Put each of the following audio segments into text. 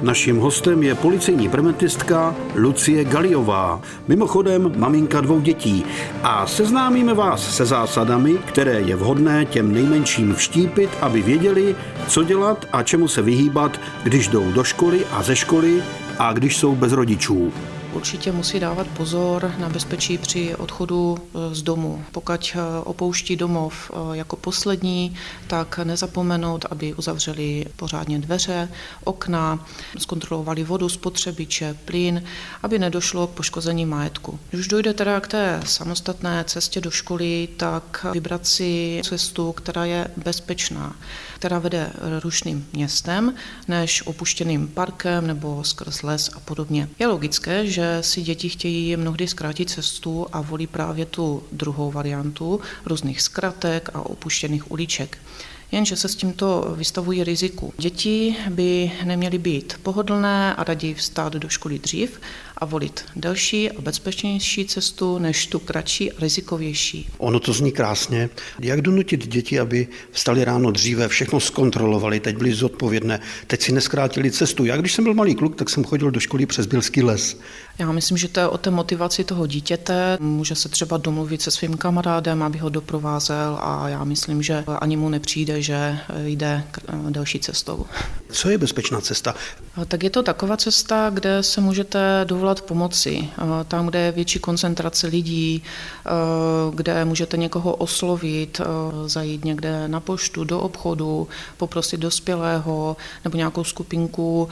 Naším hostem je policejní preventistka Lucie Galiová, mimochodem maminka 2 dětí, a seznámíme vás se zásadami, které je vhodné těm nejmenším vštípit, aby věděli, co dělat a čemu se vyhýbat, když jdou do školy a ze školy a když jsou bez rodičů. Určitě musí dávat pozor na bezpečí při odchodu z domu. Pokud opouští domov jako poslední, tak nezapomenout, aby uzavřeli pořádně dveře, okna, zkontrolovali vodu, spotřebiče, plyn, aby nedošlo k poškození majetku. Když už dojde teda k té samostatné cestě do školy, tak vybrat si cestu, která je bezpečná, která vede rušným městem, než opuštěným parkem nebo skrz les a podobně. Je logické, že si děti chtějí mnohdy zkrátit cestu a volí právě tu druhou variantu různých zkratek a opuštěných uliček. Jenže se s tímto vystavují riziku. Děti by neměly být pohodlné a raději vstát do školy dřív a volit delší a bezpečnější cestu než tu kratší a rizikovější. Ono to zní krásně. Jak donutit děti, aby vstali ráno dříve, všechno zkontrolovali, teď byli zodpovědné, teď si neskrátili cestu. Já když jsem byl malý kluk, tak jsem chodil do školy přes Bělský les. Já myslím, že to je o té motivaci toho dítěte. Může se třeba domluvit se svým kamarádem, aby ho doprovázel, a já myslím, že ani mu nepřijde, že jde delší cestou. Co je bezpečná cesta? Tak je to taková cesta, kde se můžete dovolat pomoci. Tam, kde je větší koncentrace lidí, kde můžete někoho oslovit, zajít někde na poštu, do obchodu, poprosit dospělého nebo nějakou skupinku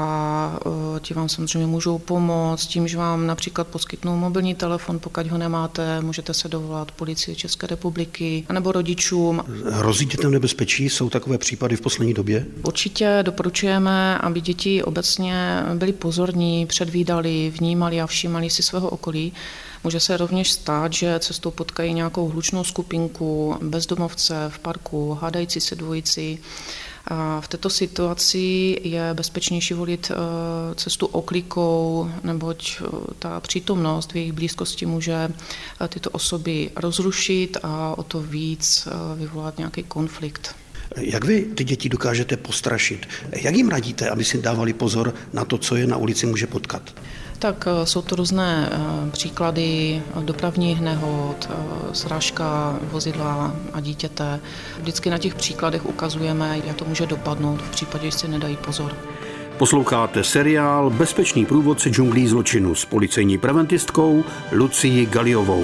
a ti vám samozřejmě můžou pomoct tím, že vám například poskytnou mobilní telefon, pokud ho nemáte, můžete se dovolat policii České republiky nebo rodičům. Hrozí dětem nebezpečí? Jsou takové případy v poslední době? Určitě doporučujeme, aby děti obecně byly pozorní, předvídali, vnímali a všímali si svého okolí. Může se rovněž stát, že cestou potkají nějakou hlučnou skupinku, bezdomovce v parku, hádající se dvojici. A v této situaci je bezpečnější volit cestu oklikou, neboť ta přítomnost v jejich blízkosti může tyto osoby rozrušit a o to víc vyvolat nějaký konflikt. Jak vy ty děti dokážete postrašit? Jak jim radíte, aby si dávali pozor na to, co je na ulici může potkat? Tak jsou to různé příklady dopravních nehod, srážka vozidla a dítěte. Vždycky na těch příkladech ukazujeme, jak to může dopadnout v případě, že si nedají pozor. Posloucháte seriál Bezpečný průvodce džunglí zločinu s policejní preventistkou Lucií Galiovou.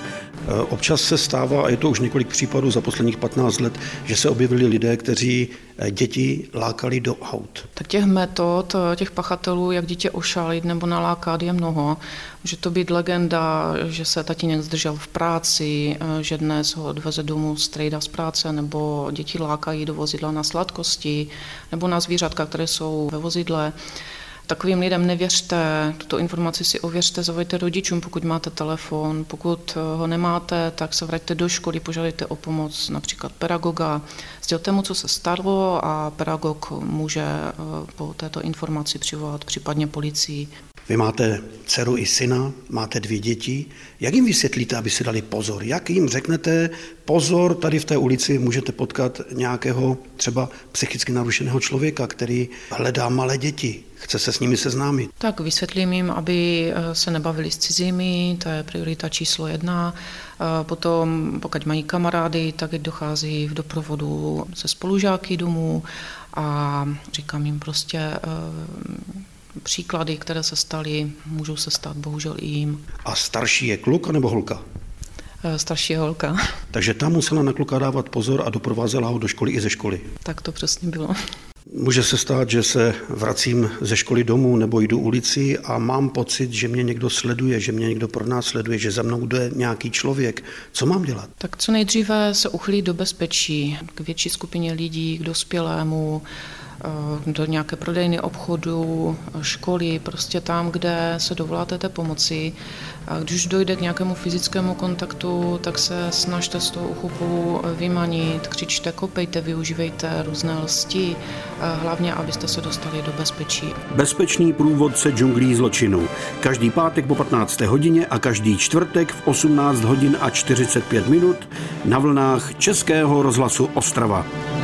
Občas se stává, a je to už několik případů za posledních 15 let, že se objevili lidé, kteří děti lákali do aut. Tak těch metod, těch pachatelů, jak dítě ošálit nebo nalákat, je mnoho. Může to být legenda, že se tatínek zdržel v práci, že dnes ho odveze domů strejda z práce, nebo děti lákají do vozidla na sladkosti, nebo na zvířatka, které jsou ve vozidle. Takovým lidem nevěřte, tuto informaci si ověřte, zavolejte rodičům, pokud máte telefon. Pokud ho nemáte, tak se vraťte do školy, požádejte o pomoc například pedagoga. Sdělte mu, co se stalo, a pedagog může po této informaci přivolat případně policii. Vy máte dceru i syna, máte 2 děti. Jak jim vysvětlíte, aby si dali pozor? Jak jim řeknete, pozor, tady v té ulici můžete potkat nějakého třeba psychicky narušeného člověka, který hledá malé děti, chce se s nimi seznámit? Tak vysvětlím jim, aby se nebavili s cizími, to je priorita číslo 1. Potom, pokud mají kamarády, tak dochází v doprovodu se spolužáky domů a říkám jim prostě příklady, které se staly, můžou se stát bohužel i jim. A starší je kluk nebo holka? Starší je holka. Takže ta musela na kluka dávat pozor a doprovázela ho do školy i ze školy. Tak to přesně bylo. Může se stát, že se vracím ze školy domů nebo jdu ulici a mám pocit, že mě někdo sleduje, že mě někdo pronásleduje, že za mnou jde nějaký člověk. Co mám dělat? Tak co nejdříve se uchylí do bezpečí, k větší skupině lidí, k dospělému, do nějaké prodejny obchodu, školy, prostě tam, kde se dovoláte té pomoci. A když dojde k nějakému fyzickému kontaktu, tak se snažte z toho uchupu vymanit, křičte, kopejte, využívejte různé lsti, hlavně, abyste se dostali do bezpečí. Bezpečný průvodce džunglí zločinu. Každý pátek po 15. hodině a každý čtvrtek v 18 hodin a 45 minut na vlnách Českého rozhlasu Ostrava.